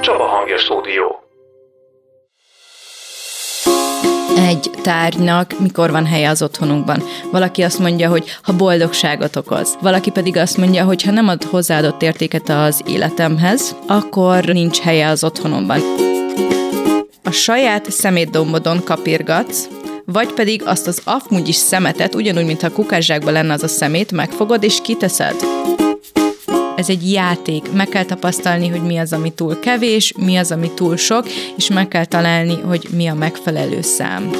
Csaba Hangja Stúdió. Egy tárgynak mikor van helye az otthonunkban. Valaki azt mondja, hogy ha boldogságot okoz. Valaki pedig azt mondja, hogy ha nem ad hozzáadott értéket az életemhez, akkor nincs helye az otthonomban. A saját szemétdombodon kapirgatsz, vagy pedig azt az afmugyis szemetet, ugyanúgy, mintha kukászsákban lenne az a szemét, megfogod és kiteszed. Ez egy játék. Meg kell tapasztalni, hogy mi az, ami túl kevés, mi az, ami túl sok, és meg kell találni, hogy mi a megfelelő szám.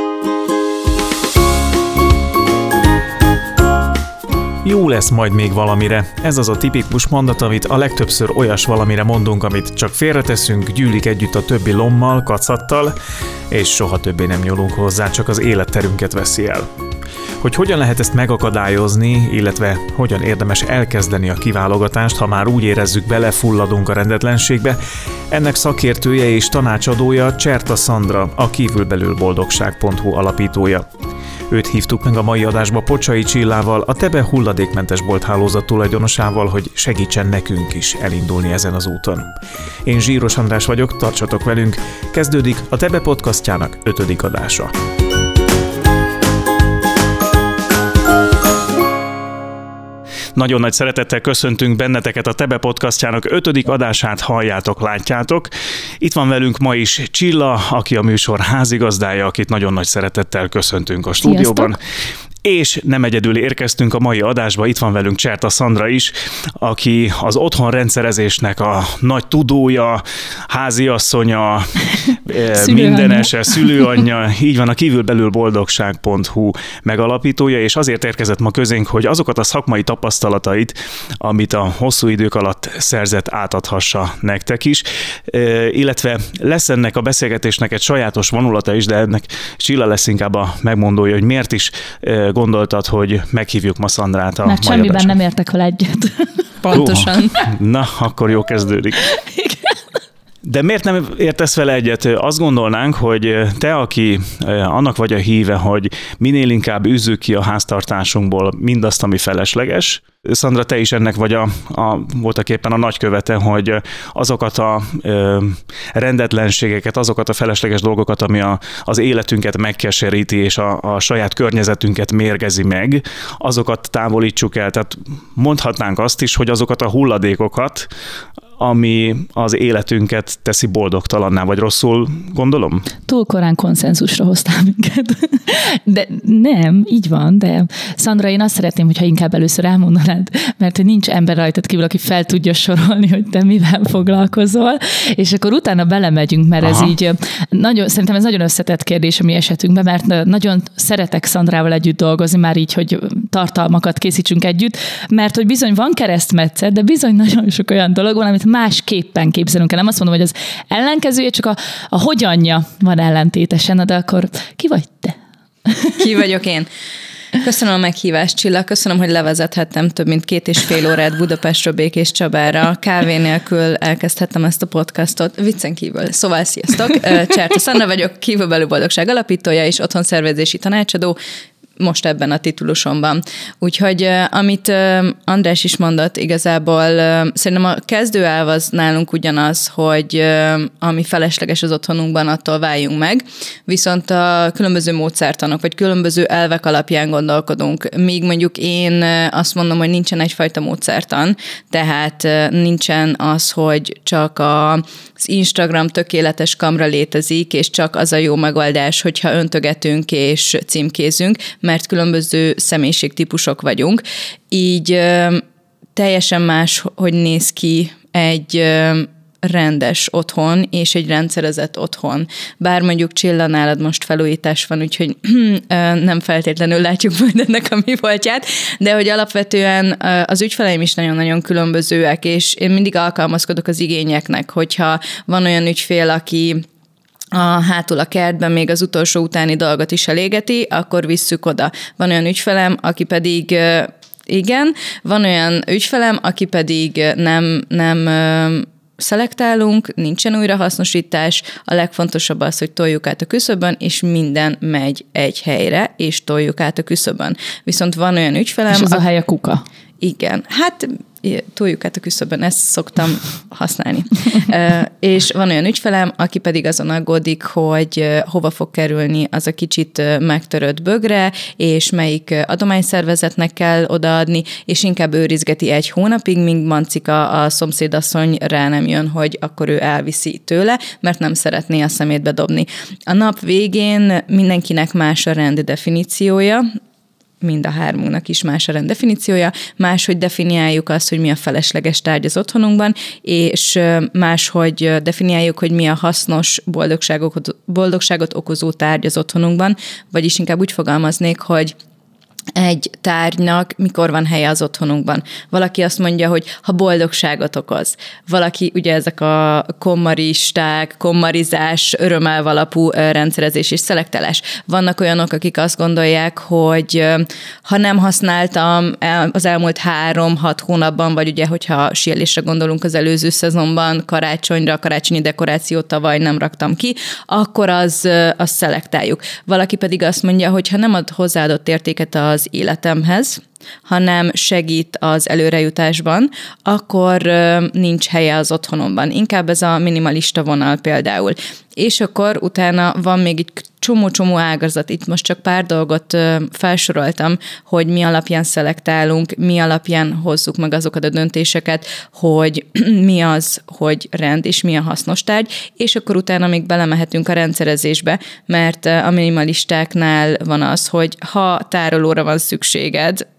Jó lesz majd még valamire. Ez az a tipikus mondat, amit a legtöbbször olyas valamire mondunk, amit csak félreteszünk, gyűlik együtt a többi lommal, kacattal, és soha többé nem nyúlunk hozzá, csak az életterünket veszi el. Hogy hogyan lehet ezt megakadályozni, illetve hogyan érdemes elkezdeni a kiválogatást, ha már úgy érezzük, belefulladunk a rendetlenségbe, ennek szakértője és tanácsadója Cserta Szandra, a kívülbelülboldogság.hu alapítója. Őt hívtuk meg a mai adásba Pocsai Csillával, a Tebe hulladékmentes bolthálózat tulajdonosával, hogy segítsen nekünk is elindulni ezen az úton. Én Zsíros András vagyok, tartsatok velünk, kezdődik a Tebe podcastjának 5. adása. Nagyon nagy szeretettel köszöntünk benneteket, a Tebe podcastjának 5. adását halljátok, látjátok. Itt van velünk ma is Csilla, aki a műsor házigazdája, akit nagyon nagy szeretettel köszöntünk a stúdióban. Sziasztok. És nem egyedül érkeztünk a mai adásba, itt van velünk Cserta Szandra is, aki az otthonrendszerezésnek a nagy tudója, háziasszonya, mindenese, szülőanyja, így van, a kívülbelülboldogság.hu megalapítója, és azért érkezett ma közénk, hogy azokat a szakmai tapasztalatait, amit a hosszú idők alatt szerzett, átadhassa nektek is, illetve lesz ennek a beszélgetésnek egy sajátos vonulata is, de ennek Csilla lesz inkább a megmondója, hogy miért is gondoltad, hogy meghívjuk ma Szandrát a mai adásra. Mert semmiben nem értek vele egyet. Pontosan. Na, akkor jó kezdődik. De miért nem értesz vele egyet? Azt gondolnánk, hogy te, aki annak vagy a híve, hogy minél inkább űzzük ki a háztartásunkból mindazt, ami felesleges. Szandra, te is ennek vagy voltak éppen a nagykövete, hogy azokat a rendetlenségeket, azokat a felesleges dolgokat, ami az életünket megkeseríti és a saját környezetünket mérgezi meg, azokat távolítsuk el. Tehát mondhatnánk azt is, hogy azokat a hulladékokat, ami az életünket teszi boldogtalanná, vagy rosszul gondolom? Túl korán konszenzusra hoztál minket. De nem, így van, de Szandra, én azt szeretném, hogyha inkább először elmondanád, mert hogy nincs ember rajtad kívül, aki fel tudja sorolni, hogy te mivel foglalkozol, és akkor utána belemegyünk, mert ez így szerintem ez nagyon összetett kérdés a mi esetünkben, mert nagyon szeretek Szandrával együtt dolgozni, már így, hogy tartalmakat készítsünk együtt, mert hogy bizony van keresztmetszet, de bizony nagyon sok olyan dolog van, amit másképpen képzelünk el. Nem azt mondom, hogy az ellenkezője, csak a hogyanja van ellentétesen, de akkor ki vagy te? Ki vagyok én? Köszönöm a meghívást, Csilla, köszönöm, hogy levezethettem több mint 2,5 órát Budapestről Békés Csabára. Kávé nélkül elkezdhettem ezt a podcastot, viccen kívül. Szóval sziasztok, Cserta Szandra vagyok, Kívülbelülboldogság alapítója és otthonszervezési tanácsadó, most ebben a titulusomban. Úgyhogy amit András is mondott, igazából szerintem a kezdőelv az nálunk ugyanaz, hogy ami felesleges az otthonunkban, attól váljunk meg, viszont a különböző módszertanok, vagy különböző elvek alapján gondolkodunk. Míg mondjuk én azt mondom, hogy nincsen egyfajta módszertan, tehát nincsen az, hogy csak az Instagram tökéletes kamra létezik, és csak az a jó megoldás, hogyha öntögetünk és címkézünk, mert különböző személyiségtípusok vagyunk. Így teljesen más, hogy néz ki egy rendes otthon és egy rendszerezett otthon. Bár mondjuk Csilla, nálad most felújítás van, úgyhogy nem feltétlenül látjuk majd ennek a mi voltját, de hogy alapvetően az ügyfeleim is nagyon-nagyon különbözőek, és én mindig alkalmazkodok az igényeknek, hogyha van olyan ügyfél, aki hátul a kertben még az utolsó utáni dolgot is elégeti, akkor visszük oda. Van olyan ügyfelem, aki pedig igen, van olyan ügyfelem, aki pedig nem szelektálunk, nincsen újrahasznosítás, a legfontosabb az, hogy toljuk át a küszöbön, és minden megy egy helyre, és toljuk át a küszöbön. Viszont van olyan ügyfelem... És az a hely a kuka. Igen, hát túljuk át a küszöbön, ezt szoktam használni. És van olyan ügyfelem, aki pedig azon aggódik, hogy hova fog kerülni az a kicsit megtörött bögre, és melyik adományszervezetnek kell odaadni, és inkább őrizgeti 1 hónapig, míg Mancika, a szomszédasszony rá nem jön, hogy akkor ő elviszi tőle, mert nem szeretné a szemétbe dobni. A nap végén mindenkinek más a rend definíciója, mind a 3-unknak is más a rend definíciója, máshogy definiáljuk azt, hogy mi a felesleges tárgy az otthonunkban, és máshogy definiáljuk, hogy mi a hasznos boldogságot okozó tárgy az otthonunkban, vagyis inkább úgy fogalmaznék, hogy egy tárgynak mikor van helye az otthonunkban. Valaki azt mondja, hogy ha boldogságot okoz. Valaki, ugye ezek a kommaristák, kommarizás, örömelvalapú rendszerezés és szelektálás. Vannak olyanok, akik azt gondolják, hogy ha nem használtam az elmúlt 3-6 hónapban, vagy ugye, hogyha síelésre gondolunk az előző szezonban, karácsonyi dekorációt tavaly nem raktam ki, akkor azt szelektáljuk. Valaki pedig azt mondja, hogy ha nem ad hozzáadott értéket az életemhez, hanem segít az előrejutásban, akkor nincs helye az otthonomban. Inkább ez a minimalista vonal például. És akkor utána van még egy csomó ágazat. Itt most csak pár dolgot felsoroltam, hogy mi alapján szelektálunk, mi alapján hozzuk meg azokat a döntéseket, hogy mi az, hogy rend, és mi a hasznos tárgy, és akkor utána még belemehetünk a rendszerezésbe, mert a minimalistáknál van az, hogy ha tárolóra van szükséged,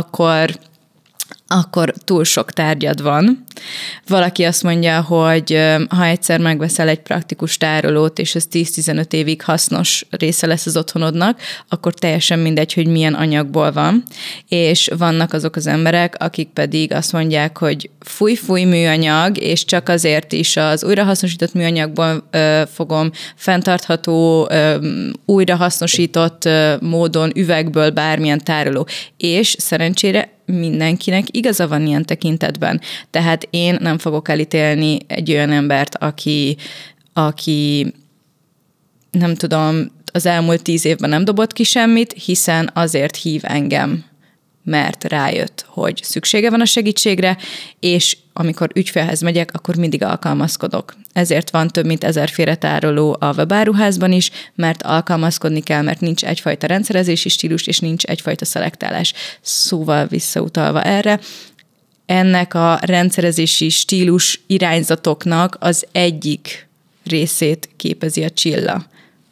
akkor túl sok tárgyad van. Valaki azt mondja, hogy ha egyszer megveszel egy praktikus tárolót, és ez 10-15 évig hasznos része lesz az otthonodnak, akkor teljesen mindegy, hogy milyen anyagból van. És vannak azok az emberek, akik pedig azt mondják, hogy fúj műanyag, és csak azért is az újrahasznosított műanyagból fogom fenntartható, újrahasznosított módon üvegből bármilyen tároló. És szerencsére mindenkinek igaza van ilyen tekintetben. Tehát én nem fogok elítélni egy olyan embert, aki nem tudom, az elmúlt 10 évben nem dobott ki semmit, hiszen azért hív engem, mert rájött, hogy szüksége van a segítségre, és amikor ügyfélhez megyek, akkor mindig alkalmazkodok. Ezért van több mint 1000 félretároló a webáruházban is, mert alkalmazkodni kell, mert nincs egyfajta rendszerezési stílus, és nincs egyfajta szelektálás. Szóval visszautalva erre, ennek a rendszerezési stílus irányzatoknak az egyik részét képezi a Csilla.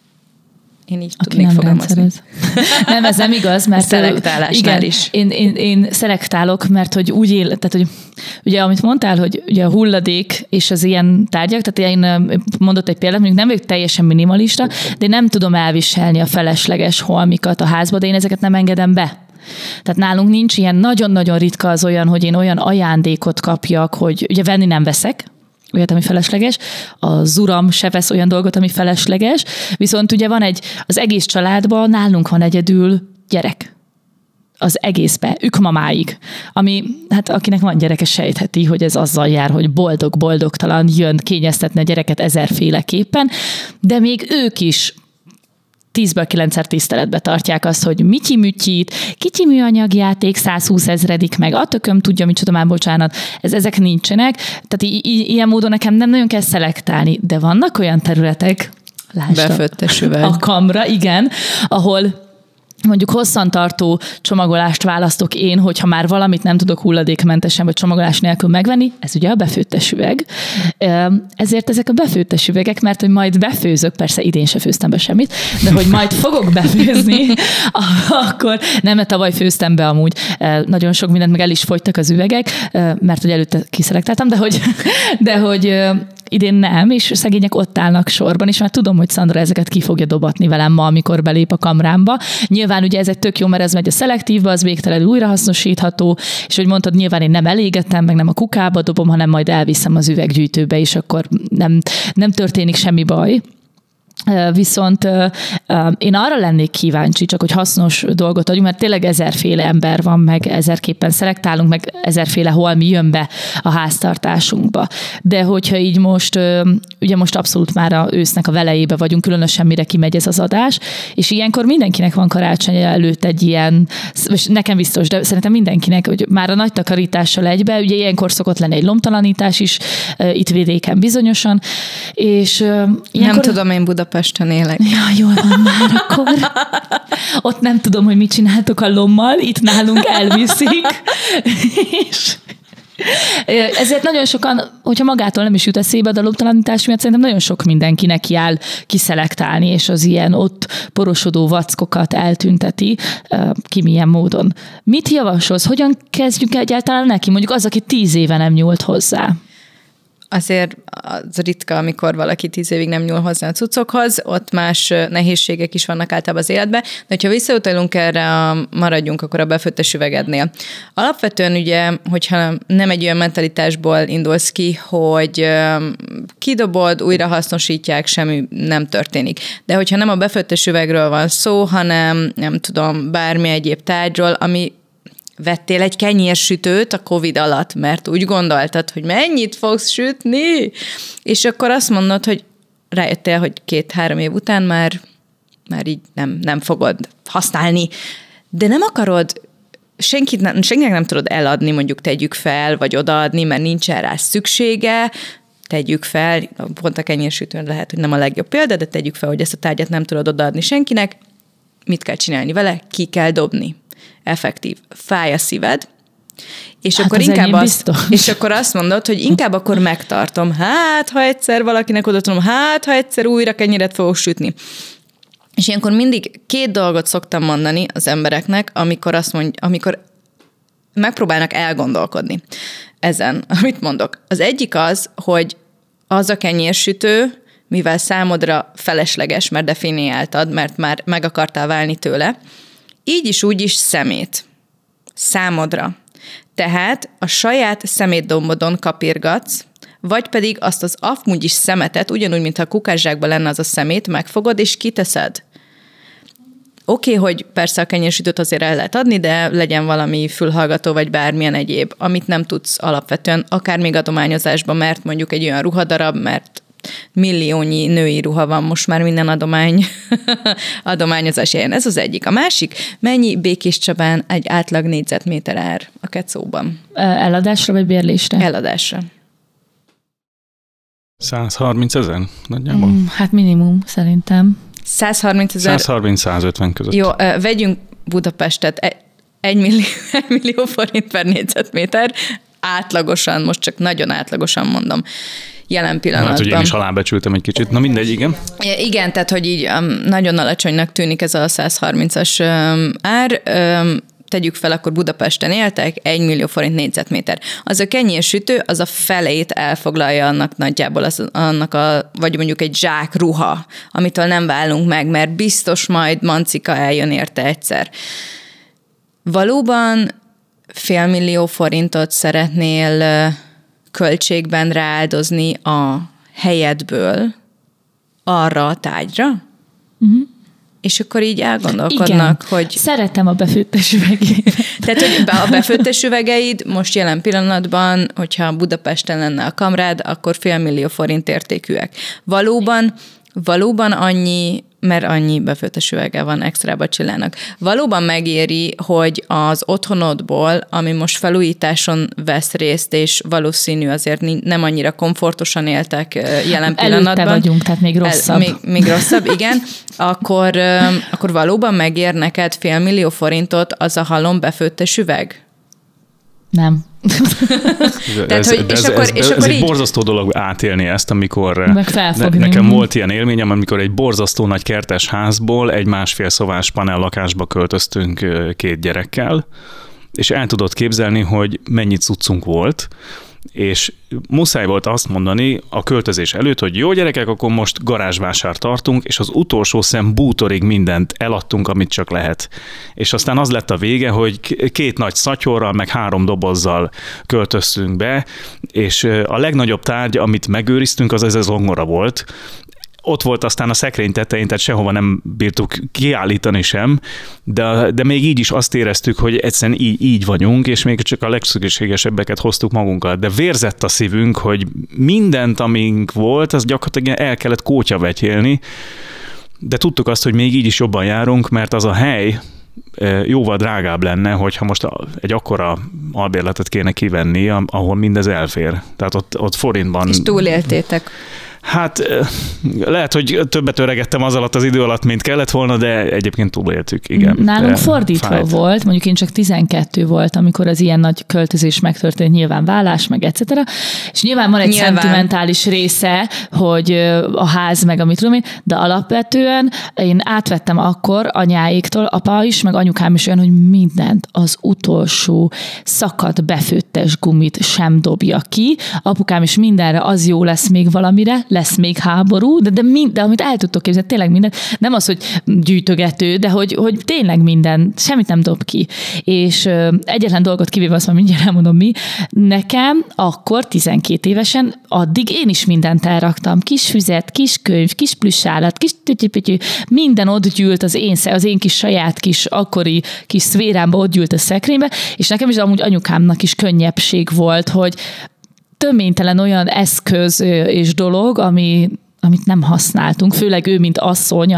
Én így aki tudnék nem fogalmazni. Rendszerez. Nem, ez nem igaz, mert szelektálásnál is. Én szelektálok, mert hogy úgy tehát hogy ugye amit mondtál, hogy ugye a hulladék és az ilyen tárgyak, tehát én mondott egy példát, mondjuk nem vagyok teljesen minimalista, de én nem tudom elviselni a felesleges holmikat a házba, de én ezeket nem engedem be. Tehát nálunk nincs ilyen, nagyon-nagyon ritka az olyan, hogy én olyan ajándékot kapjak, hogy ugye venni nem veszek, olyat, ami felesleges, az uram se vesz olyan dolgot, ami felesleges, viszont ugye van az egész családban nálunk van egyedül gyerek. Az egészbe, mamáig. Ami, hát akinek van gyereke, sejtheti, hogy ez azzal jár, hogy boldogtalan jön kényeztetni a gyereket 1000-féleképpen, de még ők is 10-ből 9-szer tiszteletbe tartják azt, hogy mityi-mütyit, kicsi műanyagjáték, 120 000 meg, a tököm tudja, micsoda, már bocsánat, ezek nincsenek. Tehát ilyen módon nekem nem nagyon kell szelektálni, de vannak olyan területek, befőttes üveg. A kamra, igen, ahol mondjuk hosszantartó csomagolást választok én, hogyha már valamit nem tudok hulladékmentesen vagy csomagolás nélkül megvenni, ez ugye a befőttes üveg. Ezért ezek a befőttes üvegek, mert hogy majd befőzök, persze idén se főztem be semmit, de hogy majd fogok befőzni, akkor nem, mert tavaly főztem be amúgy. Nagyon sok mindent meg el is fogytak az üvegek, mert hogy előtte kiszelektáltam, de hogy idén nem, és szegények ott állnak sorban, és már tudom, hogy Szandra ezeket ki fogja dobatni velem ma, amikor belép a kamrámba. Nyilván ugye ez egy tök jó, mert ez megy a szelektívbe, az végtelenül újrahasznosítható, és hogy mondtad, nyilván én nem elégetem, meg nem a kukába dobom, hanem majd elviszem az üveggyűjtőbe, és akkor nem történik semmi baj. Viszont én arra lennék kíváncsi, csak hogy hasznos dolgot adjunk, mert tényleg 1000-féle ember van, meg 1000-képpen szelektálunk, meg 1000-féle holmi jön be a háztartásunkba. De hogyha így most, ugye most abszolút már a ősznek a velejébe vagyunk, különösen mire kimegy ez az adás, és ilyenkor mindenkinek van karácsony előtt egy ilyen, és nekem biztos, de szerintem mindenkinek, hogy már a nagy takarítással egybe, ugye ilyenkor szokott lenni egy lomtalanítás is, itt vidéken bizonyosan, és ilyenkor... Nem tudom, én Budapesten élek. Ja, jól van már akkor. Ott nem tudom, hogy mit csináltok a lommal, itt nálunk elviszik. És ezért nagyon sokan, hogyha magától nem is jut eszébe, de a lomtalanítás miatt szerintem nagyon sok mindenki nekiáll kiszelektálni, és az ilyen ott porosodó vackokat eltünteti, ki milyen módon. Mit javasolsz? Hogyan kezdjük egyáltalán neki? Mondjuk az, aki 10 éve nem nyúlt hozzá. Azért az ritka, amikor valaki 10 évig nem nyúl hozzá a cuccokhoz, ott más nehézségek is vannak általában az életben, de ha visszautalunk erre, maradjunk akkor a befőttes üvegednél. Alapvetően ugye, hogyha nem egy olyan mentalitásból indulsz ki, hogy kidobod, újra hasznosítják, semmi nem történik. De hogyha nem a befőttes üvegről van szó, hanem nem tudom, bármi egyéb tárgyról, ami vettél egy kenyérsütőt a Covid alatt, mert úgy gondoltad, hogy mennyit fogsz sütni, és akkor azt mondod, hogy rájöttél, hogy 2-3 év után már így nem fogod használni, de nem akarod, senkinek nem tudod eladni, mondjuk tegyük fel, vagy odaadni, mert nincsen rá szüksége, tegyük fel, pont a kenyérsütőn lehet, hogy nem a legjobb példa, de tegyük fel, hogy ezt a tárgyat nem tudod odaadni senkinek, mit kell csinálni vele? Ki kell dobni. Effektív. Fáj a szíved, és hát akkor inkább és akkor azt mondod, hogy inkább akkor megtartom. Hát, ha egyszer valakinek oda tudom, ha egyszer újra kenyeret fogok sütni. És ilyenkor mindig 2 dolgot szoktam mondani az embereknek, amikor megpróbálnak elgondolkodni ezen, amit mondok. Az egyik az, hogy az a kenyérsütő, mivel számodra felesleges, mert definiáltad, mert már meg akartál válni tőle, így is úgy is szemét. Számodra. Tehát a saját szemétdombodon kapirgatsz, vagy pedig azt az amúgy is szemetet, ugyanúgy, mintha a kukászsákban lenne az a szemét, megfogod és kiteszed. Oké, hogy persze a kenyérsütőt azért el lehet adni, de legyen valami fülhallgató, vagy bármilyen egyéb, amit nem tudsz alapvetően, akár még adományozásban, mert mondjuk egy olyan ruhadarab, mert milliónyi női ruha van most már minden adományozás helyen. Ez az egyik. A másik, mennyi Békés Csabán egy átlag négyzetméter ár a Kecóban? Eladásra vagy bérlésre? Eladásra. 130 000 nagyjából? Hát minimum, szerintem. 130 000? 130-150 között. Jó, vegyünk Budapestet. 1 millió forint per négyzetméter. Átlagosan, most csak nagyon átlagosan mondom. Jelen pillanatban. Hát, hogy én is alábecsültem egy kicsit. Na mindegy, igen. Igen, tehát, hogy így nagyon alacsonynak tűnik ez a 130-as ár. Tegyük fel, akkor Budapesten éltek, 1 millió forint négyzetméter. Az a kenyérsütő, az a felét elfoglalja annak nagyjából, vagy mondjuk egy zsák ruha, amitől nem válunk meg, mert biztos majd mancika eljön érte egyszer. Valóban 500 000 forintot szeretnél költségben rááldozni a helyedből arra a tárgyra? Uh-huh. És akkor így elgondolkodnak, igen. hogy... Szeretem a befőttes üvegét. Tehát, hogy a befőttes üvegeid most jelen pillanatban, hogyha Budapesten lenne a kamrád, akkor 500 000 forint értékűek. Valóban annyi, mert annyi befőttes üvege van extrába Csillának. Valóban megéri, hogy az otthonodból, ami most felújításon vesz részt, és valószínű azért nem annyira komfortosan éltek jelen pillanatban. Előtte vagyunk, tehát még rosszabb. Még rosszabb, igen. Akkor valóban megér neked 500 000 forintot az a halom befőttes üveg? Nem. Ez egy borzasztó dolog átélni ezt, amikor nekem volt ilyen élményem, amikor egy borzasztó nagy kertes házból egy 1,5 szobás panel lakásba költöztünk 2 gyerekkel, és el tudod képzelni, hogy mennyi cuccunk volt, és muszáj volt azt mondani a költözés előtt, hogy jó gyerekek, akkor most garázsvásárt tartunk, és az utolsó szem bútorig mindent eladtunk, amit csak lehet. És aztán az lett a vége, hogy 2 nagy szatyorral, meg 3 dobozzal költöztünk be, és a legnagyobb tárgy, amit megőriztünk, az ez a zongora volt. ott volt aztán a szekrény tetején, tehát sehova nem bírtuk kiállítani sem, de még így is azt éreztük, hogy egyszerűen így vagyunk, és még csak a legszükségesebbeket hoztuk magunkkal. De vérzett a szívünk, hogy mindent, amink volt, az gyakorlatilag el kellett kótyavetyélni, de tudtuk azt, hogy még így is jobban járunk, mert az a hely jóval drágább lenne, hogyha most egy akkora albérletet kéne kivenni, ahol mindez elfér. Tehát ott forintban... És túléltétek. Hát lehet, hogy többet öregettem az alatt az idő alatt, mint kellett volna, de egyébként túléltük, igen. Nálunk fordítva volt, mondjuk én csak 12 volt, amikor az ilyen nagy költözés megtörtént, nyilván vállás, meg etc. És nyilván van egy szentimentális része, hogy a ház, meg amit tudom én, de alapvetően én átvettem akkor anyáiktól, apa is, meg anyukám is olyan, hogy mindent, az utolsó szakadt befőttes gumit sem dobja ki. Apukám is mindenre, az jó lesz még valamire, lesz még háború, de amit el tudtok képzelni, tényleg minden, nem az, hogy gyűjtögető, de hogy tényleg minden, semmit nem dob ki. És egyetlen dolgot kivéve azt, mindjárt elmondom mi, nekem akkor 12 évesen, addig én is mindent elraktam. Kis füzet, kis könyv, kis plüssállat, kis tütyüpütyű, minden ott gyűlt az én kis saját kis akkori kis szférámba ott gyűlt a szekrénybe, és nekem is amúgy anyukámnak is könnyebbség volt, hogy töménytelen olyan eszköz és dolog, amit nem használtunk, főleg ő, mint asszony,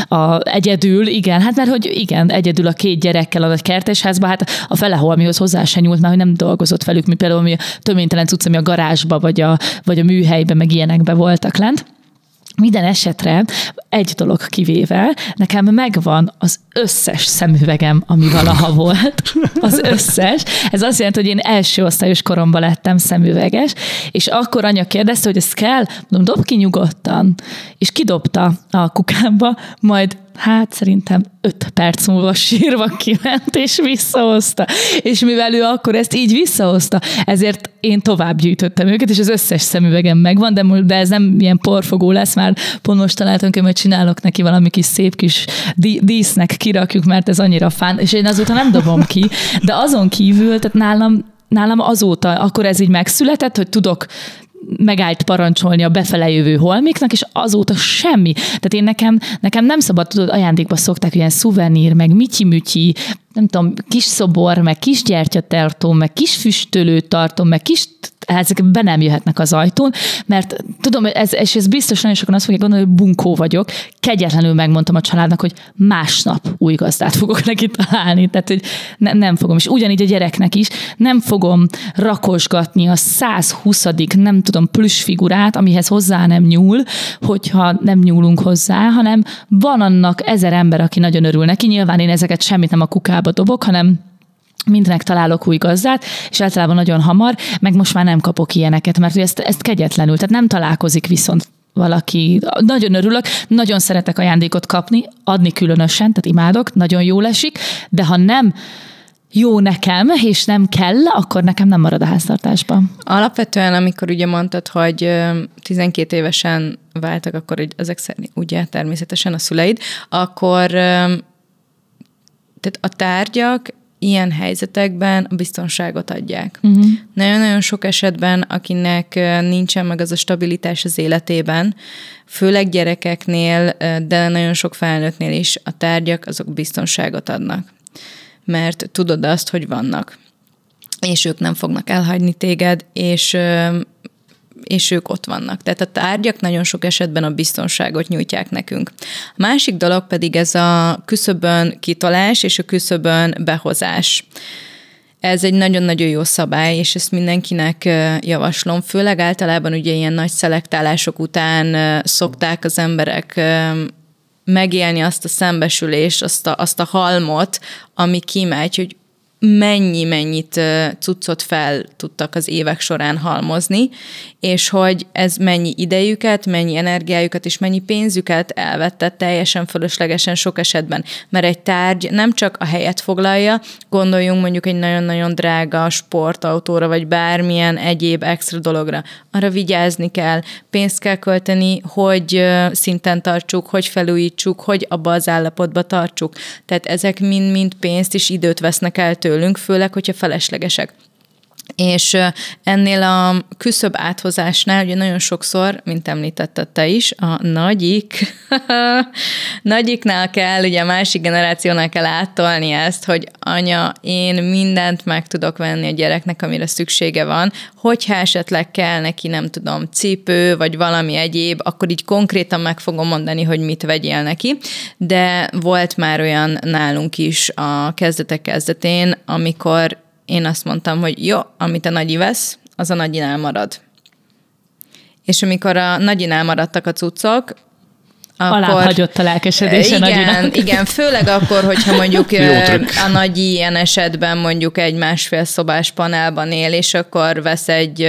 egyedül, igen, hát mert hogy igen, egyedül a 2 gyerekkel a kertesházban, hát a fele holmihoz hozzá se nyúlt, mert hogy nem dolgozott velük, mi például mi a töménytelen cucc, ami a garázsba, vagy a műhelybe, meg ilyenekbe voltak lent. Minden esetre egy dolog kivéve, nekem megvan az összes szemüvegem, ami valaha volt. Az összes. Ez azt jelenti, hogy én első osztályos koromban lettem szemüveges, és akkor anya kérdezte, hogy ez kell, mondom, dob ki nyugodtan. És kidobta a kukámba, majd hát szerintem 5 perc múlva sírva kiment, és visszahozta. És mivel ő akkor ezt így visszahozta, ezért én tovább gyűjtöttem őket, és az összes szemüvegem megvan, de ez nem ilyen porfogó lesz, már pont most találtam, hogy majd csinálok neki valami kis szép kis dísznek kirakjuk, mert ez annyira fán, és én azóta nem dobom ki, de azon kívül, tehát nálam azóta, akkor ez így megszületett, hogy tudok megállt parancsolni a befele jövő holmiknak, és azóta semmi. Tehát én nekem nem szabad, tudod, ajándékba szokták ilyen szuvenír, meg mityi-mütyi, nem tudom, kis szobor, meg kis gyertyatartó, meg kis füstölőtartó, meg kis ezek be nem jöhetnek az ajtón, mert tudom, és ez biztos nagyon sokan azt fogják gondolni, hogy bunkó vagyok. Kegyetlenül megmondtam a családnak, hogy másnap új gazdát fogok neki találni. Tehát, hogy nem fogom. És ugyanígy a gyereknek is nem fogom rakosgatni a 120. nem tudom, plüssfigurát, amihez hozzá nem nyúl, hogyha nem nyúlunk hozzá, hanem van annak 1000 ember, aki nagyon örül neki. Nyilván én ezeket semmit nem a kukába dobok, hanem mindenek találok új gazdát, és általában nagyon hamar, meg most már nem kapok ilyeneket, mert ezt kegyetlenül, tehát nem találkozik viszont valaki. Nagyon örülök, nagyon szeretek ajándékot kapni, adni különösen, tehát imádok, nagyon jól esik, de ha nem jó nekem, és nem kell, akkor nekem nem marad a háztartásban. Alapvetően, amikor ugye mondtad, hogy 12 évesen váltak, akkor ezek szerint ugye természetesen a szüleid, akkor tehát a tárgyak ilyen helyzetekben a biztonságot adják. Uh-huh. Nagyon-nagyon sok esetben, akinek nincsen meg az a stabilitás az életében, főleg gyerekeknél, de nagyon sok felnőttnél is a tárgyak azok biztonságot adnak. Mert tudod azt, hogy vannak. És ők nem fognak elhagyni téged, és ők ott vannak. Tehát a tárgyak nagyon sok esetben a biztonságot nyújtják nekünk. A másik dolog pedig ez a küszöbön kitolás és a küszöbön behozás. Ez egy nagyon-nagyon jó szabály, és ezt mindenkinek javaslom. Főleg általában ugye ilyen nagy szelektálások után szokták az emberek megélni azt a szembesülést, azt a halmot, ami kimegy, hogy mennyit cuccot fel tudtak az évek során halmozni, és hogy ez mennyi idejüket, mennyi energiájukat és mennyi pénzüket elvette teljesen fölöslegesen sok esetben. Mert egy tárgy nem csak a helyet foglalja, gondoljunk mondjuk egy nagyon-nagyon drága sportautóra, vagy bármilyen egyéb extra dologra. Arra vigyázni kell, pénzt kell költeni, hogy szinten tartsuk, hogy felújítsuk, hogy abba az állapotba tartsuk. Tehát ezek mind pénzt és időt vesznek el tőlünk, főleg, hogyha feleslegesek. És ennél a küszöbb áthozásnál ugye nagyon sokszor, mint említetted te is, a nagyiknál kell, ugye a másik generációnál kell áttolni ezt, hogy anya, én mindent meg tudok venni a gyereknek, amire szüksége van, hogyha esetleg kell neki, nem tudom, cipő, vagy valami egyéb, akkor így konkrétan meg fogom mondani, hogy mit vegyél neki, de volt már olyan nálunk is a kezdetek-kezdetén, amikor én azt mondtam, hogy jó, amit a nagyi vesz, az a nagyinál marad. És amikor a nagyinál maradtak a cuccok, akkor... Alább hagyott a lelkesedése nagyinak. Igen, főleg akkor, hogyha mondjuk a nagyi ilyen esetben mondjuk egy 1,5 szobás panelban él, és akkor vesz egy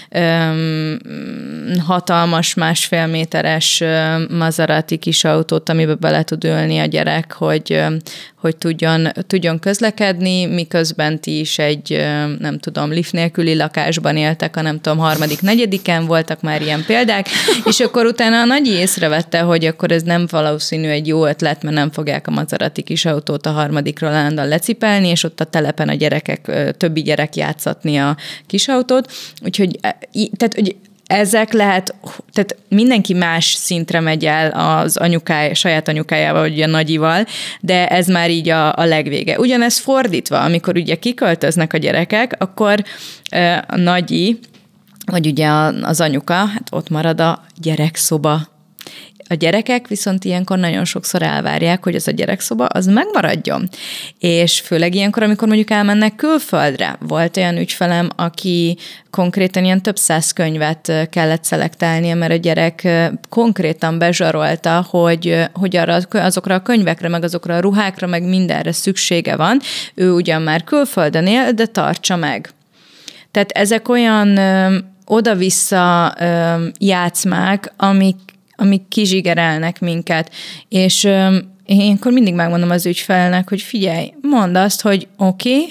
hatalmas 1,5 méteres Maserati kis autót, amiben bele tud ülni a gyerek, hogy tudjon közlekedni, miközben ti is egy, nem tudom, lift nélküli lakásban éltek, a nem tudom, 3.-4. voltak már ilyen példák, és akkor utána a nagyi észrevette, hogy akkor ez nem valószínű egy jó ötlet, mert nem fogják a Maserati kis autót a 3. állandóan lecipelni, és ott a telepen a gyerekek, többi gyerek játszatni a kis autót. Úgyhogy tehát, hogy ezek lehet, tehát mindenki más szintre megy el az saját anyukájával, vagy a nagyival, de ez már így a legvége. Ugyanez fordítva, amikor ugye kiköltöznek a gyerekek, akkor a nagyi, vagy ugye az anyuka, hát ott marad a gyerekszoba. A gyerekek viszont ilyenkor nagyon sokszor elvárják, hogy az a gyerekszoba az megmaradjon. És főleg ilyenkor, amikor mondjuk elmennek külföldre. Volt olyan ügyfelem, aki konkrétan ilyen több 100 könyvet kellett szelektálnia, mert a gyerek konkrétan bezsarolta, hogy azokra a könyvekre, meg azokra a ruhákra, meg mindenre szüksége van. Ő ugyan már külföldön él, de tartsa meg. Tehát ezek olyan oda-vissza játszmák, amik kizsigerelnek minket. És én akkor mindig megmondom az ügyfelnek, hogy figyelj, mondd azt, hogy oké,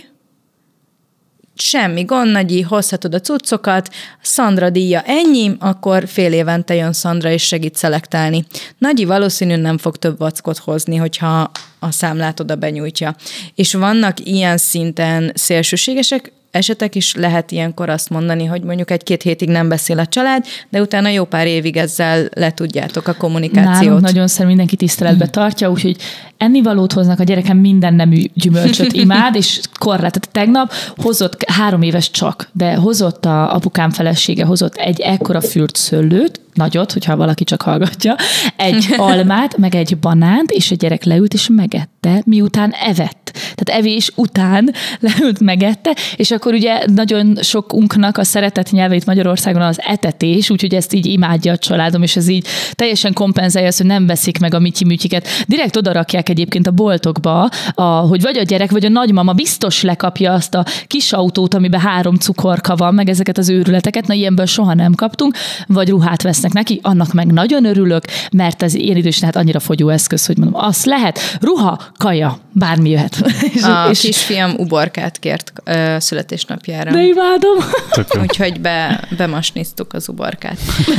semmi gond, nagyi, hozhatod a cuccokat, Szandra díja ennyi, akkor fél évente jön Szandra és segít szelektálni. Nagyi valószínűen nem fog több vackot hozni, hogyha a számlát oda benyújtja. És vannak ilyen szinten szélsőségesek, esetek is lehet ilyenkor azt mondani, hogy mondjuk 1-2 hétig nem beszél a család, de utána jó pár évig ezzel letudjátok a kommunikációt. Nálunk nagyon szer mindenki tiszteletbe tartja, úgyhogy ennivalót hoznak, a gyerekem minden nemű gyümölcsöt imád, és korlát. Tegnap hozott 3 éves csak, de hozott a apukám felesége, hozott egy ekkora fürt szőlőt, nagyot, hogyha valaki csak hallgatja, egy almát, meg egy banánt, és a gyerek leült, és megette, miután evett. Tehát evés után leült, megette, és akkor ugye nagyon sokunknak a szeretett nyelve itt Magyarországon az etetés, úgyhogy ezt így imádja a családom, és ez így teljesen kompenzálja azt, hogy nem veszik meg a mityi-mütyiket. Direkt odarakják egyébként a boltokba, hogy vagy a gyerek, vagy a nagymama biztos lekapja azt a kis autót, amiben 3 cukorka van, meg ezeket az őrületeket, na ilyenből soha nem kaptunk, vagy ruhát vesznek neki, annak meg nagyon örülök, mert ez ilyen idősen hát annyira fogyó eszköz, hogy mondom, azt lehet, ruha, kaja, bármi jöhet. A kisfiam uborkát kért születésnapjára. De imádom. Úgyhogy bemasniztuk az uborkát.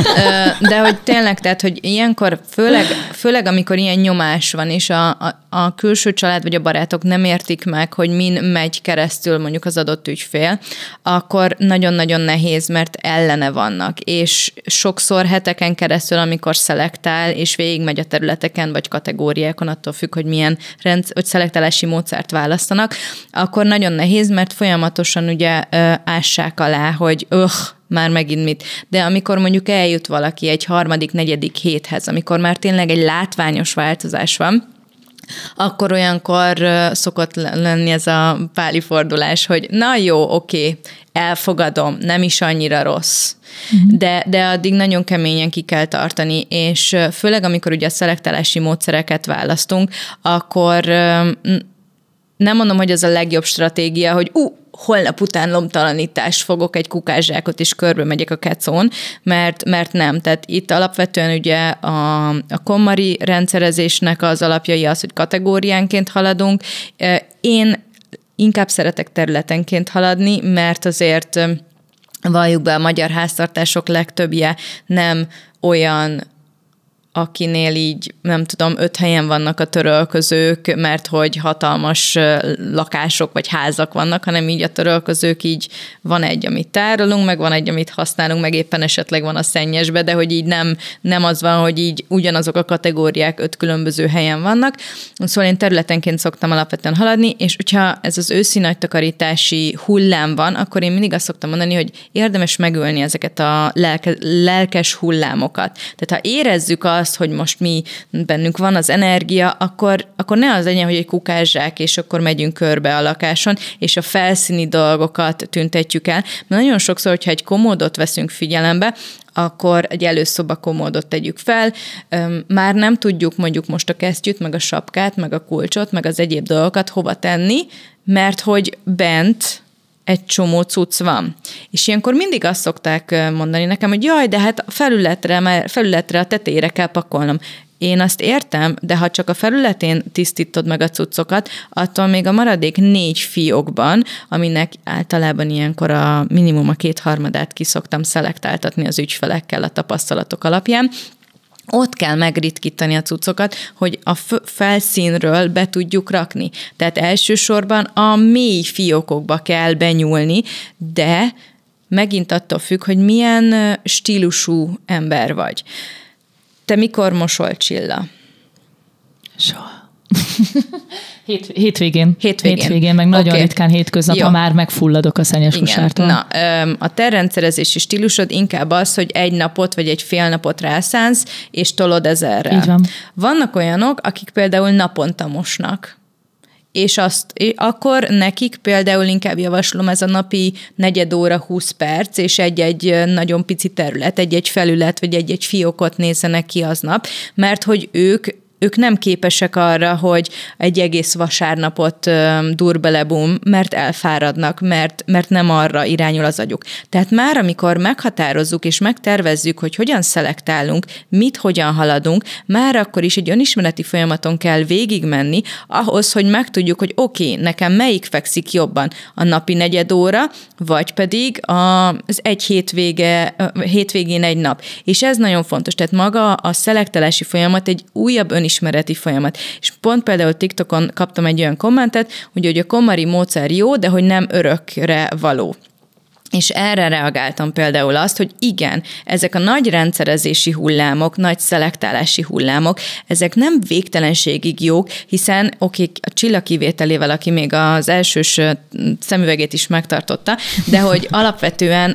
De hogy tényleg, tehát, hogy ilyenkor, főleg amikor ilyen nyomás van, és a külső család vagy a barátok nem értik meg, hogy min megy keresztül mondjuk az adott ügyfél, akkor nagyon-nagyon nehéz, mert ellene vannak. És sokszor heteken keresztül, amikor szelektál, és végigmegy a területeken, vagy kategóriákon, attól függ, hogy milyen hogy szelektálási módszert választanak, akkor nagyon nehéz, mert folyamatosan ugye ássák alá, hogy már megint mit. De amikor mondjuk eljut valaki egy 3.-4. héthez, amikor már tényleg egy látványos változás van, akkor olyankor szokott lenni ez a páli fordulás, hogy na jó, oké, elfogadom, nem is annyira rossz. De addig nagyon keményen ki kell tartani, és főleg amikor ugye a szelektálási módszereket választunk, akkor nem mondom, hogy az a legjobb stratégia, hogy holnap után lomtalanítást fogok egy kukászsákot, és körbe megyek a kecón, mert nem. Tehát itt alapvetően ugye a KonMari rendszerezésnek az alapjai az, hogy kategóriánként haladunk. Én inkább szeretek területenként haladni, mert azért valljuk be, a magyar háztartások legtöbbje nem olyan akinél így, nem tudom, 5 helyen vannak a törölközők, mert hogy hatalmas lakások vagy házak vannak, hanem így a törölközők így van egy, amit tárolunk, meg van egy, amit használunk, meg éppen esetleg van a szennyesbe, de hogy így nem az van, hogy így ugyanazok a kategóriák 5 különböző helyen vannak. Szóval én területenként szoktam alapvetően haladni, és hogyha ez az őszi nagy takarítási hullám van, akkor én mindig azt szoktam mondani, hogy érdemes megölni ezeket a lelkes hullámokat. Tehát ha érezzük azt, hogy most mi bennünk van az energia, akkor ne az legyen, hogy egy kukászsák, és akkor megyünk körbe a lakáson, és a felszíni dolgokat tüntetjük el. Mert nagyon sokszor, hogyha egy komódot veszünk figyelembe, akkor egy előszoba komódot tegyük fel, már nem tudjuk mondjuk most a kesztyűt, meg a sapkát, meg a kulcsot, meg az egyéb dolgokat hova tenni, mert hogy bent egy csomó cucc van. És ilyenkor mindig azt szokták mondani nekem, hogy jaj, de hát a felületre, a tetejére kell pakolnom. Én azt értem, de ha csak a felületén tisztítod meg a cuccokat, attól még a maradék 4 fiókban, aminek általában ilyenkor a minimum a 2/3 ki szoktam szelektáltatni az ügyfelekkel a tapasztalatok alapján, ott kell megritkítani a cuccokat, hogy a felszínről be tudjuk rakni. Tehát elsősorban a mély fiókokba kell benyúlni, de megint attól függ, hogy milyen stílusú ember vagy. Te mikor mosol, Csilla? Soha. Hétvégén, meg nagyon ritkán hétköznap, ha már megfulladok a szennyes kosártól. Na, a te rendszerezési stílusod inkább az, hogy egy napot vagy egy fél napot rászánsz, és tolod ezerrel. Így van. Vannak olyanok, akik például naponta mosnak. És akkor nekik például inkább javaslom ez a napi 4 óra 20 perc, és egy-egy nagyon pici terület, egy-egy felület, vagy egy-egy fiókot nézzenek ki aznap, mert hogy ők nem képesek arra, hogy egy egész vasárnapot durbelebum, mert elfáradnak, mert nem arra irányul az agyuk. Tehát már amikor meghatározzuk és megtervezzük, hogy hogyan szelektálunk, mit hogyan haladunk, már akkor is egy önismereti folyamaton kell végigmenni, ahhoz, hogy megtudjuk, hogy oké, nekem melyik fekszik jobban, a napi 4 óra, vagy pedig az egy hétvégén egy nap. És ez nagyon fontos. Tehát maga a szelektálási folyamat egy újabb önismereti folyamat. És pont például TikTokon kaptam egy olyan kommentet, hogy a KonMari módszer jó, de hogy nem örökre való. És erre reagáltam például azt, hogy igen, ezek a nagy rendszerezési hullámok, nagy szelektálási hullámok, ezek nem végtelenségig jók, hiszen a Csilla kivételével, aki még az elsős szemüvegét is megtartotta, de hogy alapvetően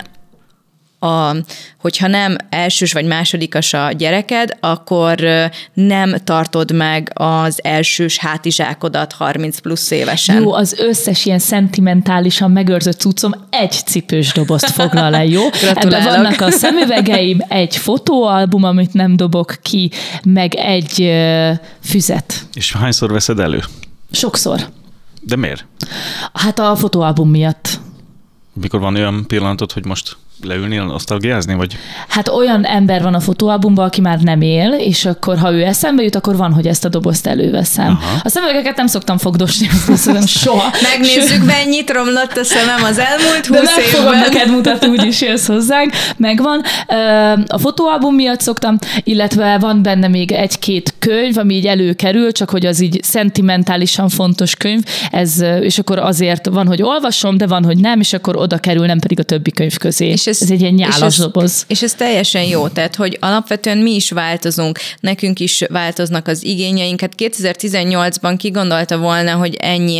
hogyha nem elsős vagy másodikas a gyereked, akkor nem tartod meg az elsős hátizsákodat 30 plusz évesen. Jó, az összes ilyen szentimentálisan megőrzött cuccom egy cipős dobozt foglal el, jó? Ebben vannak a szemüvegeim, egy fotóalbum, amit nem dobok ki, meg egy füzet. És hányszor veszed elő? Sokszor. De miért? Hát a fotóalbum miatt. Mikor van olyan pillanatod, hogy most leülnél nosztalgiázni, vagy? Hát olyan ember van a fotóalbumban, aki már nem él, és akkor, ha ő eszembe jut, akkor van, hogy ezt a dobozt előveszem. Aha. A szemüvegeket nem szoktam fogdosni, azt soha. Megnézzük, mennyit romlott a szemem az elmúlt 20 évben. De meg fogom neked mutatni, úgyis jössz hozzánk. Megvan. A fotóalbum miatt szoktam, illetve van benne még 1-2 könyv, ami így előkerül, csak hogy az így szentimentálisan fontos könyv, és akkor azért van, hogy olvasom, de van, hogy nem, és akkor oda kerül, nem pedig a többi könyv közé. Ez egy ilyen nyálas doboz. És ez teljesen jó, tehát hogy alapvetően mi is változunk, nekünk is változnak az igényeink. Hát 2018-ban ki gondolta volna, hogy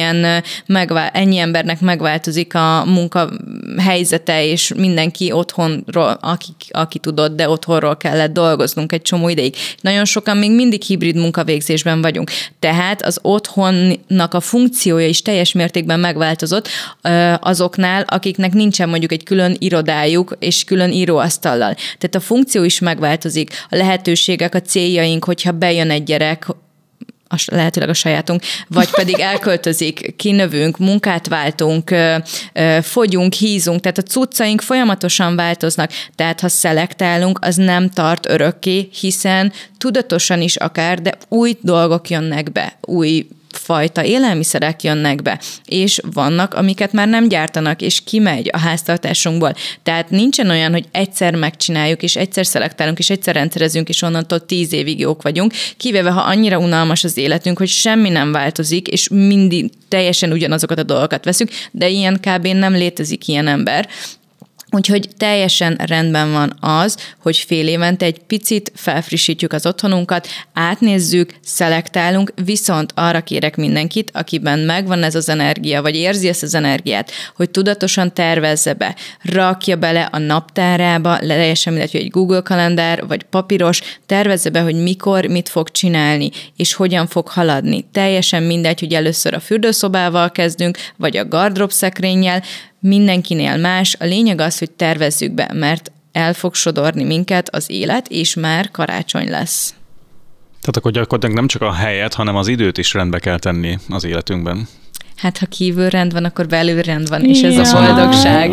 ennyi embernek megváltozik a munkahelyzete, és mindenki otthonról, aki tudott, de otthonról kellett dolgoznunk egy csomó ideig. Nagyon sokan még mindig hibrid munkavégzésben vagyunk. Tehát az otthonnak a funkciója is teljes mértékben megváltozott azoknál, akiknek nincsen mondjuk egy külön irodájuk, és külön íróasztallal. Tehát a funkció is megváltozik, a lehetőségek, a céljaink, hogyha bejön egy gyerek, lehetőleg a sajátunk, vagy pedig elköltözik, kinövünk, munkát váltunk, fogyunk, hízunk, tehát a cuccaink folyamatosan változnak, tehát ha szelektálunk, az nem tart örökké, hiszen tudatosan is akár, de új dolgok jönnek be, új fajta élelmiszerek jönnek be, és vannak, amiket már nem gyártanak, és kimegy a háztartásunkból. Tehát nincsen olyan, hogy egyszer megcsináljuk, és egyszer szelektálunk, és egyszer rendszerezünk, és onnantól 10 évig jók vagyunk, kivéve, ha annyira unalmas az életünk, hogy semmi nem változik, és mindig teljesen ugyanazokat a dolgokat veszünk, de ilyen kb. Nem létezik ilyen ember. Úgyhogy teljesen rendben van az, hogy fél évente egy picit felfrissítjük az otthonunkat, átnézzük, szelektálunk, viszont arra kérek mindenkit, akiben megvan ez az energia, vagy érzi ezt az energiát, hogy tudatosan tervezze be, rakja bele a naptárába, teljesen mindegy, hogy egy Google kalendár, vagy papíros, tervezze be, hogy mikor, mit fog csinálni, és hogyan fog haladni. Teljesen mindegy, hogy először a fürdőszobával kezdünk, vagy a gardróbszekrényel, mindenkinél más. A lényeg az, hogy tervezzük be, mert el fog sodorni minket az élet, és már karácsony lesz. Tehát akkor gyakorlatilag nem csak a helyet, hanem az időt is rendbe kell tenni az életünkben. Hát, ha kívül rend van, akkor belül rend van, és ez a boldogság.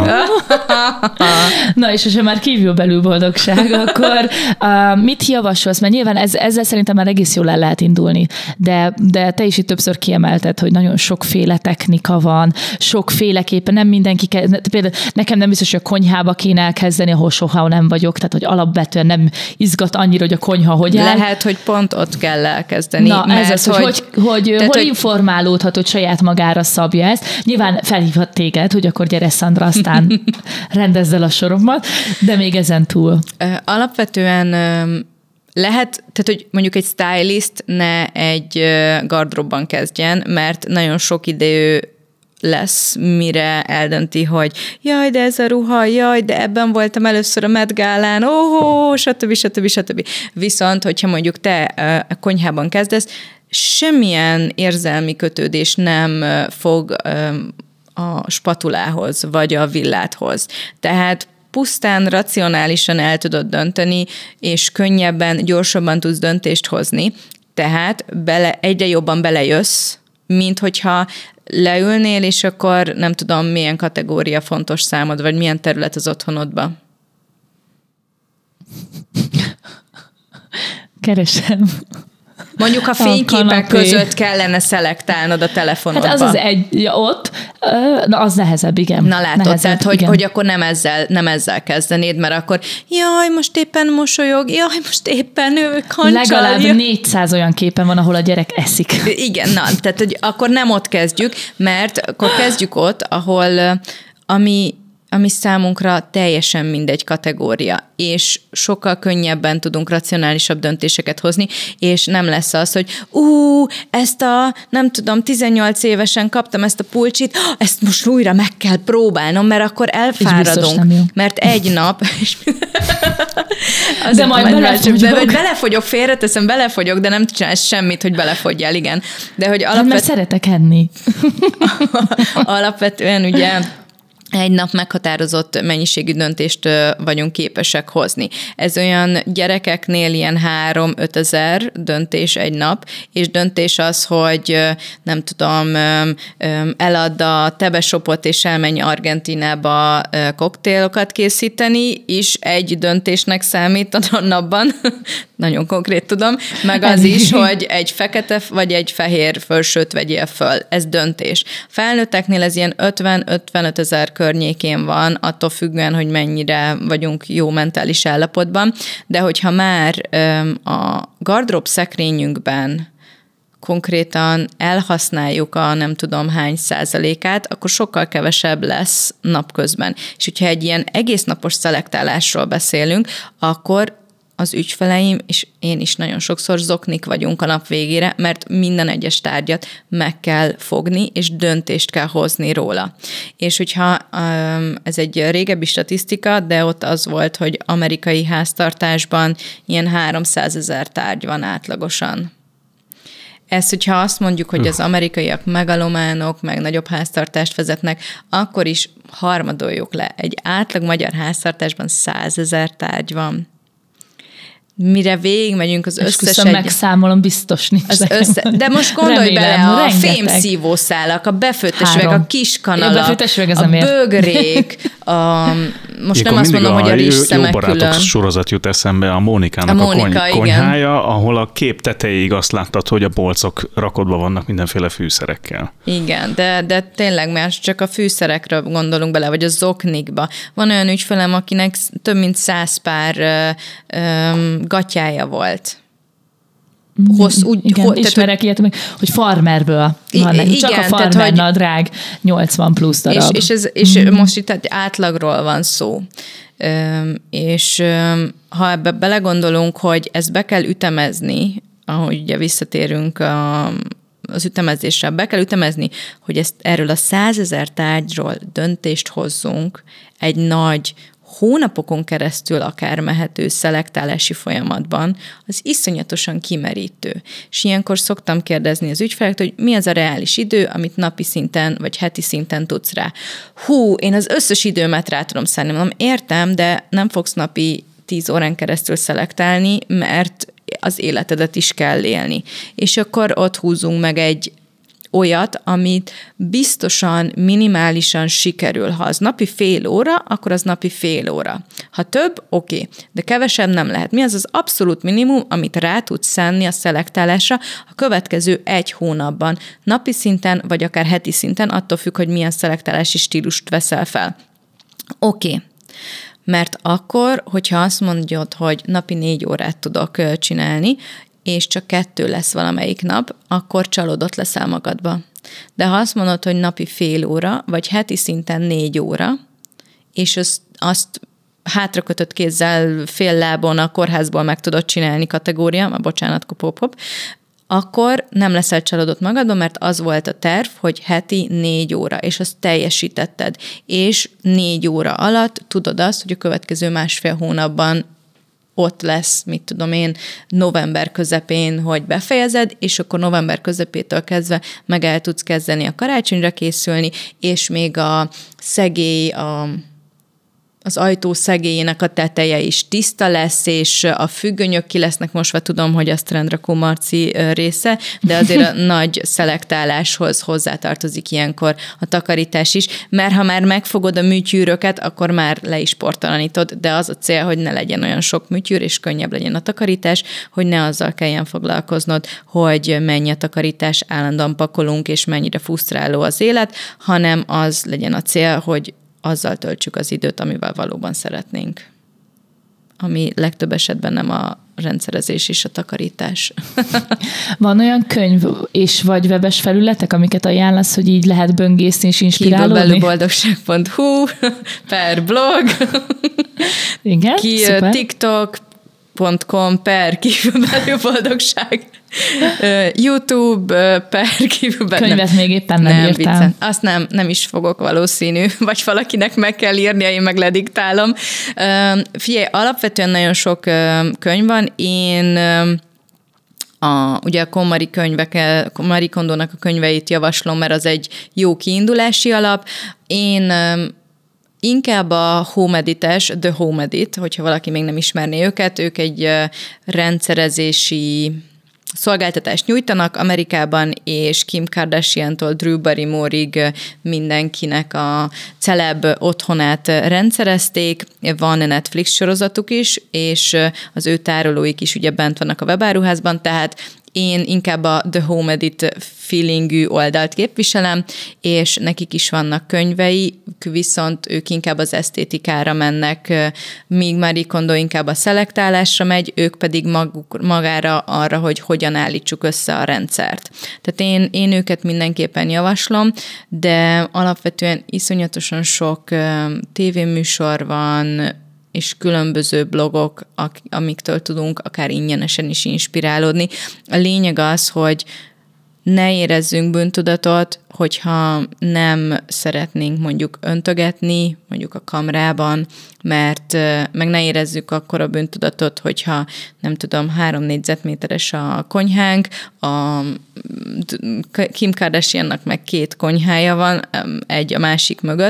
Na, és ha már kívül-belül boldogság, akkor mit javasolsz? Mert nyilván ezzel szerintem már egész jól el lehet indulni, de te is itt többször kiemelted, hogy nagyon sokféle technika van, sokféleképpen, nem mindenki például nekem nem biztos, hogy a konyhába kéne elkezdeni, ahol soha nem vagyok, tehát hogy alapvetően nem izgat annyira, hogy a konyha hogy áll. Lehet, hogy pont ott kell elkezdeni. Na, ez az, hogy hol informálódhat, hogy saját magára szabja ezt. Nyilván felhívhat téged, hogy akkor gyere, Szandra, aztán rendezz el a soromat, de még ezen túl. Alapvetően lehet, tehát hogy mondjuk egy stylist ne egy gardróbban kezdjen, mert nagyon sok idő lesz, mire eldönti, hogy jaj, de ez a ruha, jaj, de ebben voltam először a Met Gálán, stb. Viszont, hogyha mondjuk te a konyhában kezdesz, semmilyen érzelmi kötődés nem fog a spatulához, vagy a villáthoz. Tehát pusztán racionálisan el tudod dönteni, és könnyebben, gyorsabban tudsz döntést hozni. Tehát egyre jobban belejössz, mint hogyha leülnél, és akkor nem tudom, milyen kategória fontos számod, vagy milyen terület az otthonodba. Keresem. Mondjuk a fényképek között kellene szelektálnod a telefonodba. Hát az ott, na az nehezebb, igen. Na látod, nehezebb, tehát hogy akkor nem ezzel kezdenéd, mert akkor jaj, most éppen mosolyog, jaj, most éppen kancsal. Legalább 400 olyan képen van, ahol a gyerek eszik. Igen, na, tehát hogy akkor nem ott kezdjük, mert akkor kezdjük ott, ahol ami számunkra teljesen mindegy kategória, és sokkal könnyebben tudunk racionálisabb döntéseket hozni, és nem lesz az, hogy ezt a, nem tudom, 18 évesen kaptam ezt a pulcsit, ezt most újra meg kell próbálnom, mert akkor elfáradunk, mert egy nap... de majd belefogyok, félreteszem, belefogyok, de nem csinálsz semmit, hogy belefogyjál, igen. De hogy mert szeretek enni. Alapvetően ugye egy nap meghatározott mennyiségű döntést vagyunk képesek hozni. Ez olyan gyerekeknél ilyen 3-5 ezer döntés egy nap, és döntés az, hogy nem tudom, eladd a tebeshopot, és elmenj Argentinába koktélokat készíteni, is egy döntésnek számít a napban, nagyon konkrét tudom, meg az is, hogy egy fekete vagy egy fehér fölsőt vegyél föl. Ez döntés. Felnőtteknél ez ilyen 50-55 ezer környékén van, attól függően, hogy mennyire vagyunk jó mentális állapotban, de hogyha már a gardrób szekrényünkben konkrétan elhasználjuk a nem tudom hány százalékát, akkor sokkal kevesebb lesz napközben. És hogyha egy ilyen egész napos szelektálásról beszélünk, akkor az ügyfeleim, és én is nagyon sokszor zoknik vagyunk a nap végére, mert minden egyes tárgyat meg kell fogni, és döntést kell hozni róla. És hogyha ez egy régebbi statisztika, de ott az volt, hogy amerikai háztartásban ilyen 300 000 tárgy van átlagosan. Ez, hogyha azt mondjuk, hogy az amerikaiak megalománok, meg nagyobb háztartást vezetnek, akkor is harmadoljuk le. Egy átlag magyar háztartásban 100 000 tárgy van. mire végigmegyünk az összes megszámolom, biztos nincs. De most gondolj bele, a fémszívószálak, a befőttes üveg, a kiskanalak, a bögrék, most ilyenkor nem azt mondom, hogy a rizsszemek külön. Jó barátok sorozat jut eszembe, a Mónikának a konyhája, ahol a kép tetejéig azt láttad, hogy a polcok rakodva vannak mindenféle fűszerekkel. Igen, de tényleg már csak a fűszerekre gondolunk bele, vagy a zoknikba. Van olyan ügyfelem, akinek több mint 100 pár gatyája volt. Ismerek ilyet, hogy farmerből van, csak a farmer nadrág 80 plusz darab. És most itt átlagról van szó. És ha ebbe belegondolunk, hogy ezt be kell ütemezni, ahogy ugye visszatérünk az ütemezésre, be kell ütemezni, hogy erről a 100 000 tárgyról döntést hozzunk egy nagy, hónapokon keresztül akár mehető szelektálási folyamatban, az iszonyatosan kimerítő. És ilyenkor szoktam kérdezni az ügyfelektől, hogy mi az a reális idő, amit napi szinten vagy heti szinten tudsz rá. Én az összes időmet rá tudom szánni. Mondom, értem, de nem fogsz napi 10 órán keresztül szelektálni, mert az életedet is kell élni. És akkor ott húzunk meg egy olyat, amit biztosan minimálisan sikerül. Ha az napi fél óra, akkor az napi fél óra. Ha több, oké, de kevesebb nem lehet. Mi az az abszolút minimum, amit rá tudsz szánni a szelektálásra a következő 1 hónapban, napi szinten, vagy akár heti szinten, attól függ, hogy milyen szelektálási stílust veszel fel. Oké. Mert akkor, hogyha azt mondod, hogy napi 4 órát tudok csinálni, és csak 2 lesz valamelyik nap, akkor csalódott leszel magadba. De ha azt mondod, hogy napi fél óra, vagy heti szinten 4 óra, és azt hátrakötött kézzel, fél lábon a kórházból meg tudod csinálni kategória, bocsánat, hop, akkor nem leszel csalódott magadban, mert az volt a terv, hogy heti 4 óra, és azt teljesítetted. És 4 óra alatt tudod azt, hogy a következő 1,5 hónapban ott lesz, mit tudom én, november közepén, hogy befejezed, és akkor november közepétől kezdve meg el tudsz kezdeni a karácsonyra készülni, és még a szegély, az ajtó szegélyének a teteje is tiszta lesz, és a függönyök ki lesznek mosva, tudom, hogy a Strandrakó Marci része, de azért a nagy szelektáláshoz hozzátartozik ilyenkor a takarítás is, mert ha már megfogod a műtyűröket, akkor már le is portalanítod, de az a cél, hogy ne legyen olyan sok műtyűr, és könnyebb legyen a takarítás, hogy ne azzal kelljen foglalkoznod, hogy mennyi a takarítás, állandóan pakolunk, és mennyire frusztráló az élet, hanem az legyen a cél, hogy azzal töltsük az időt, amivel valóban szeretnénk. Ami legtöbb esetben nem a rendszerezés és a takarítás. Van olyan könyv és vagy webes felületek, amiket ajánlasz, hogy így lehet böngészni és inspirálódni? Kívülbelülboldogság.hu per blog. Igen, szuper. TikTok.com per kívülbelülboldogság. YouTube per kívülben. Könyvet még éppen nem írtam. Viccen. Azt nem is fogok valószínű, vagy valakinek meg kell írnia, én meg lediktálom. Figyelj, alapvetően nagyon sok könyv van. Én ugye a Marie Kondónak a könyveit javaslom, mert az egy jó kiindulási alap. Én inkább a Home Edit-es, The Home Edit, hogyha valaki még nem ismerné őket, ők egy rendszerezési szolgáltatást nyújtanak Amerikában, és Kim Kardashian-tól Drew Barrymore-ig mindenkinek a celeb otthonát rendszerezték. Van Netflix sorozatuk is, és az ő tárolóik is ugye bent vannak a webáruházban, tehát én inkább a The Home Edit feelingű oldalt képviselem, és nekik is vannak könyvei, viszont ők inkább az esztétikára mennek, míg Marie Kondo inkább a szelektálásra megy, ők pedig magára arra, hogy hogyan állítsuk össze a rendszert. Tehát én őket mindenképpen javaslom, de alapvetően iszonyatosan sok tévéműsor van, és különböző blogok, amiktől tudunk akár ingyenesen is inspirálódni. A lényeg az, hogy ne érezzünk bűntudatot, hogyha nem szeretnénk mondjuk öntögetni, mondjuk a kamrában, mert meg ne érezzük akkor a bűntudatot, hogyha nem tudom, 3 négyzetméteres a konyhánk, a Kim Kardashiannak meg 2 konyhája van, egy a másik mögött.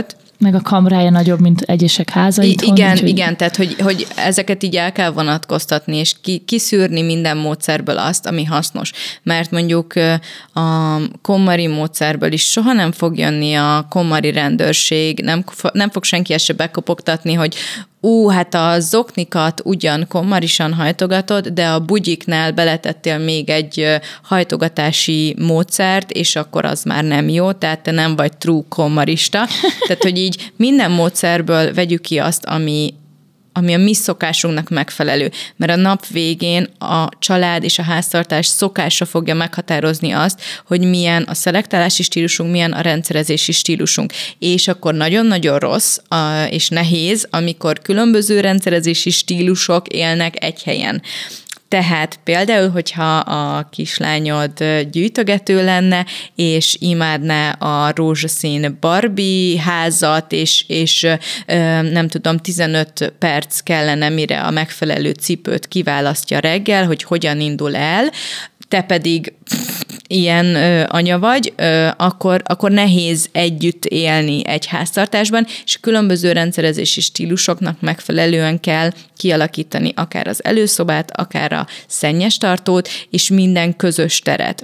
Meg a kamrája nagyobb, mint egyesek háza itthon. Igen, tehát hogy ezeket így el kell vonatkoztatni, és kiszűrni minden módszerből azt, ami hasznos. Mert mondjuk a KonMari módszerből is soha nem fog jönni a KonMari rendőrség, nem fog senki ezt se bekopogtatni, hogy hát a zoknikat ugyan KonMarisan hajtogatod, de a bugyiknál beletettél még egy hajtogatási módszert, és akkor az már nem jó, tehát te nem vagy true KonMarista. Tehát, hogy így minden módszerből vegyük ki azt, ami a mi szokásunknak megfelelő. Mert a nap végén a család és a háztartás szokása fogja meghatározni azt, hogy milyen a szelektálási stílusunk, milyen a rendszerezési stílusunk. És akkor nagyon-nagyon rossz és nehéz, amikor különböző rendszerezési stílusok élnek egy helyen. Tehát például, hogyha a kislányod gyűjtögető lenne, és imádná a rózsaszín Barbie házat, és nem tudom, 15 perc kellene, mire a megfelelő cipőt kiválasztja reggel, hogy hogyan indul el, te pedig ilyen anya vagy, akkor nehéz együtt élni egy háztartásban, és különböző rendszerezési stílusoknak megfelelően kell kialakítani akár az előszobát, akár a szennyestartót, és minden közös teret,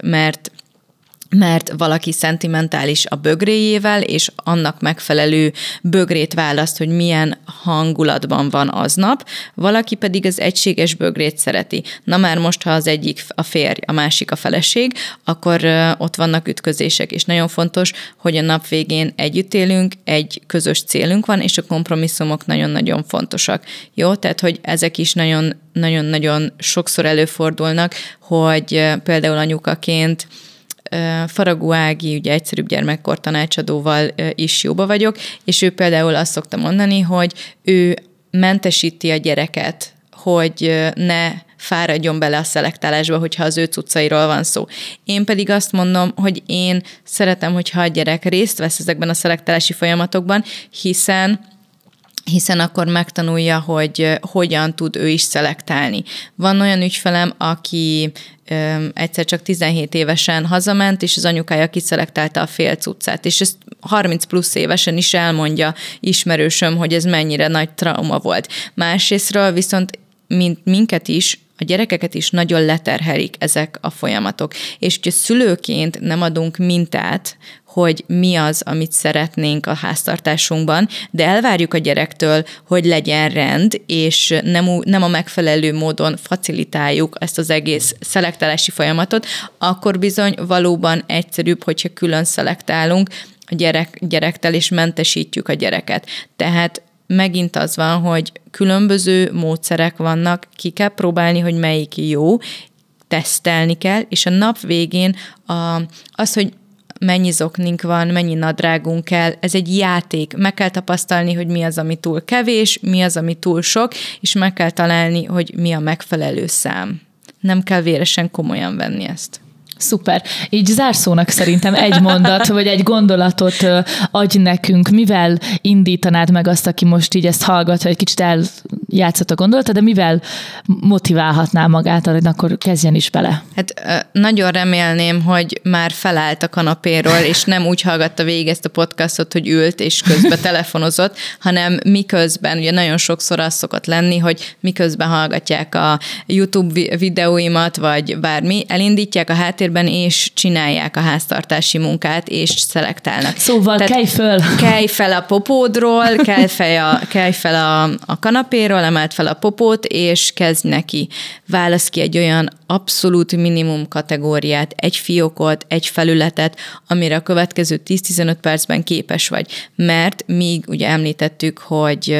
mert valaki szentimentális a bögréjével, és annak megfelelő bögrét választ, hogy milyen hangulatban van aznap, valaki pedig az egységes bögrét szereti. Na már most, ha az egyik a férj, a másik a feleség, akkor ott vannak ütközések, és nagyon fontos, hogy a nap végén együtt élünk, egy közös célunk van, és a kompromisszumok nagyon-nagyon fontosak. Jó? Tehát, hogy ezek is nagyon-nagyon sokszor előfordulnak, hogy például anyukaként Faragó Ági, ugye egyszerűbb gyermekkor tanácsadóval is jóba vagyok, és ő például azt szokta mondani, hogy ő mentesíti a gyereket, hogy ne fáradjon bele a szelektálásba, hogyha az ő cuccairól van szó. Én pedig azt mondom, hogy én szeretem, hogyha a gyerek részt vesz ezekben a szelektálási folyamatokban, hiszen akkor megtanulja, hogy hogyan tud ő is szelektálni. Van olyan ügyfelem, aki egyszer csak 17 évesen hazament, és az anyukája kiszelektálta a fél cuccát, és ezt 30 plusz évesen is elmondja ismerősöm, hogy ez mennyire nagy trauma volt. Másrésztről viszont minket is, a gyerekeket is nagyon leterhelik ezek a folyamatok. És hogyha szülőként nem adunk mintát, hogy mi az, amit szeretnénk a háztartásunkban, de elvárjuk a gyerektől, hogy legyen rend, és nem a megfelelő módon facilitáljuk ezt az egész szelektálási folyamatot, akkor bizony valóban egyszerűbb, hogyha külön szelektálunk a gyerektel, és mentesítjük a gyereket. Tehát megint az van, hogy különböző módszerek vannak, ki kell próbálni, hogy melyik jó, tesztelni kell, és a nap végén az, hogy mennyi zoknink van, mennyi nadrágunk kell, ez egy játék. Meg kell tapasztalni, hogy mi az, ami túl kevés, mi az, ami túl sok, és meg kell találni, hogy mi a megfelelő szám. Nem kell véresen komolyan venni ezt. Szuper. Így zárszónak szerintem egy mondat, vagy egy gondolatot adj nekünk, mivel indítanád meg azt, aki most így ezt hallgat, vagy egy kicsit eljátszott a gondolata, de mivel motiválhatná magát, hogy akkor kezdjen is bele? Hát nagyon remélném, hogy már felállt a kanapéról, és nem úgy hallgatta végig ezt a podcastot, hogy ült és közben telefonozott, hanem miközben, ugye nagyon sokszor az szokott lenni, hogy miközben hallgatják a YouTube videóimat, vagy bármi, elindítják a háttérben, és csinálják a háztartási munkát, és szelektálnak. Szóval kelj fel a popódról, kelj fel a kanapéról, emeld fel a popót, és kezdj neki. Válasz ki egy olyan abszolút minimum kategóriát, egy fiókot, egy felületet, amire a következő 10-15 percben képes vagy. Mert míg ugye említettük, hogy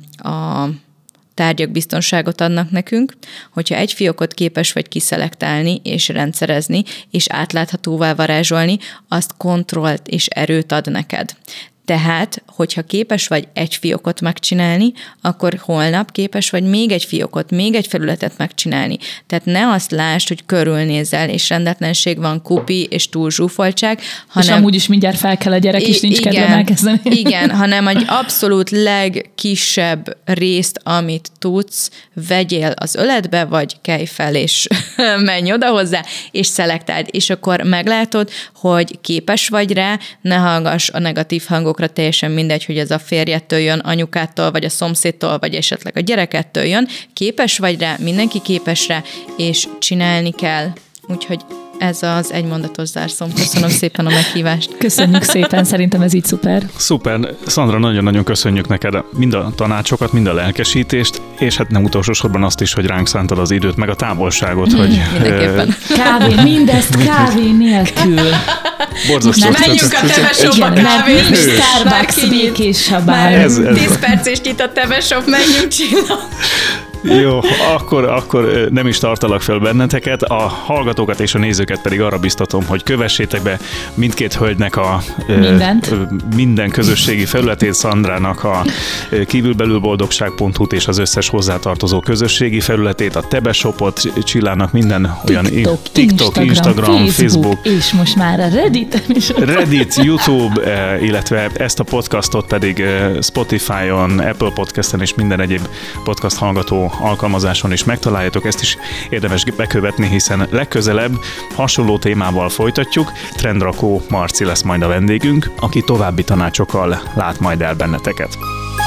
a tárgyak biztonságot adnak nekünk, hogyha egy fiókot képes vagy kiszelektálni és rendszerezni, és átláthatóvá varázsolni, azt kontrollt és erőt ad neked. Tehát, hogyha képes vagy egy fiókot megcsinálni, akkor holnap képes vagy még egy fiókot, még egy felületet megcsinálni. Tehát ne azt lásd, hogy körülnézel, és rendetlenség van, kupi és túlzsúfoltság, hanem... És amúgy is mindjárt fel kell a gyerek, és nincs kedve elkezdeni. Igen, hanem egy abszolút legkisebb részt, amit tudsz, vegyél az öletbe, vagy kelj fel, és menj oda hozzá, és szelektáld. És akkor meglátod, hogy képes vagy rá, ne hallgass a negatív hangok dolgokra, teljesen mindegy, hogy ez a férjettől jön, anyukától, vagy a szomszédtól, vagy esetleg a gyerekettől jön. Képes vagy rá, mindenki képes rá, és csinálni kell. Úgyhogy ez az egymondatos zárszóm. Köszönöm szépen a meghívást. Köszönjük szépen, szerintem ez így szuper. Szuper. Szandra, nagyon-nagyon köszönjük neked mind a tanácsokat, mind a lelkesítést, és hát nem utolsó sorban azt is, hogy ránk szántad az időt, meg a távolságot, hogy... Mindenképpen. Kávé, mindezt kávé nélkül. Borzasztó. Menjünk a Teveshopba kávézni. Starbucks békés Sabár. 10 perc és nyit a Teveshop, menjünk Csilla. Jó, akkor nem is tartalak fel benneteket, a hallgatókat és a nézőket pedig arra biztatom, hogy kövessétek be mindkét hölgynek a minden közösségi felületét, Szandrának a kívülbelülboldogság.hu-t és az összes hozzátartozó közösségi felületét, a Tebeshopot, Csillának minden olyan TikTok, Instagram, Facebook, és most már a Reddit, YouTube, illetve ezt a podcastot pedig Spotify-on, Apple Podcasten és minden egyéb podcast hallgató alkalmazáson is megtaláljátok, ezt is érdemes bekövetni, hiszen legközelebb hasonló témával folytatjuk. Trendrakó Marci lesz majd a vendégünk, aki további tanácsokkal lát majd el benneteket.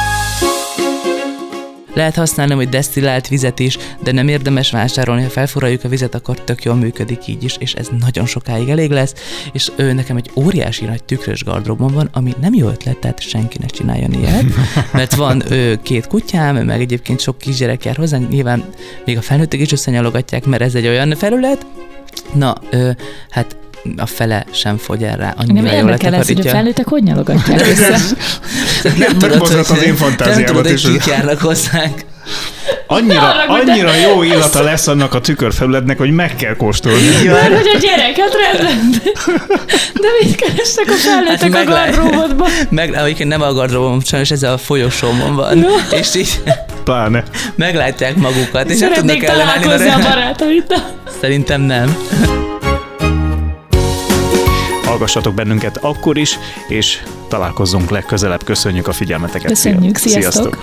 Lehet használni, hogy desztillált vizet is, de nem érdemes vásárolni, ha felforraljuk a vizet, akkor tök jól működik így is, és ez nagyon sokáig elég lesz, és nekem egy óriási nagy tükrös gardróbom van, ami nem jó ötlet, tehát senki ne csináljon ilyet, mert van 2 kutyám, meg egyébként sok kisgyerek jár hozzánk, nyilván még a felnőttek is összenyalogatják, mert ez egy olyan felület. Na, hát a fele sem fogy el rá. Nem érdekel ez, hogy a felnőttek hogy nyalogatják össze. Nem tudod, az én fantáziámat hogy kik járnak hozzánk. Annyira jó illata lesz annak a tükörfelületnek, hogy meg kell kóstolni. Mert hogy a gyereket rendben. De mit kerestek a felnőttek a gardróbodban? Egyébként nem a gardróbom, sajnos ez a folyosómon van. No. És így pláne meglátják magukat. És szeretnék találkozni a barátaittal. Szerintem nem. Hallgassatok bennünket akkor is, és találkozzunk legközelebb. Köszönjük a figyelmeteket. Köszönjük, sziasztok!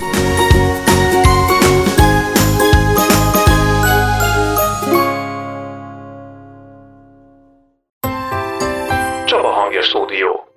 Csaba Hangja Stúdió.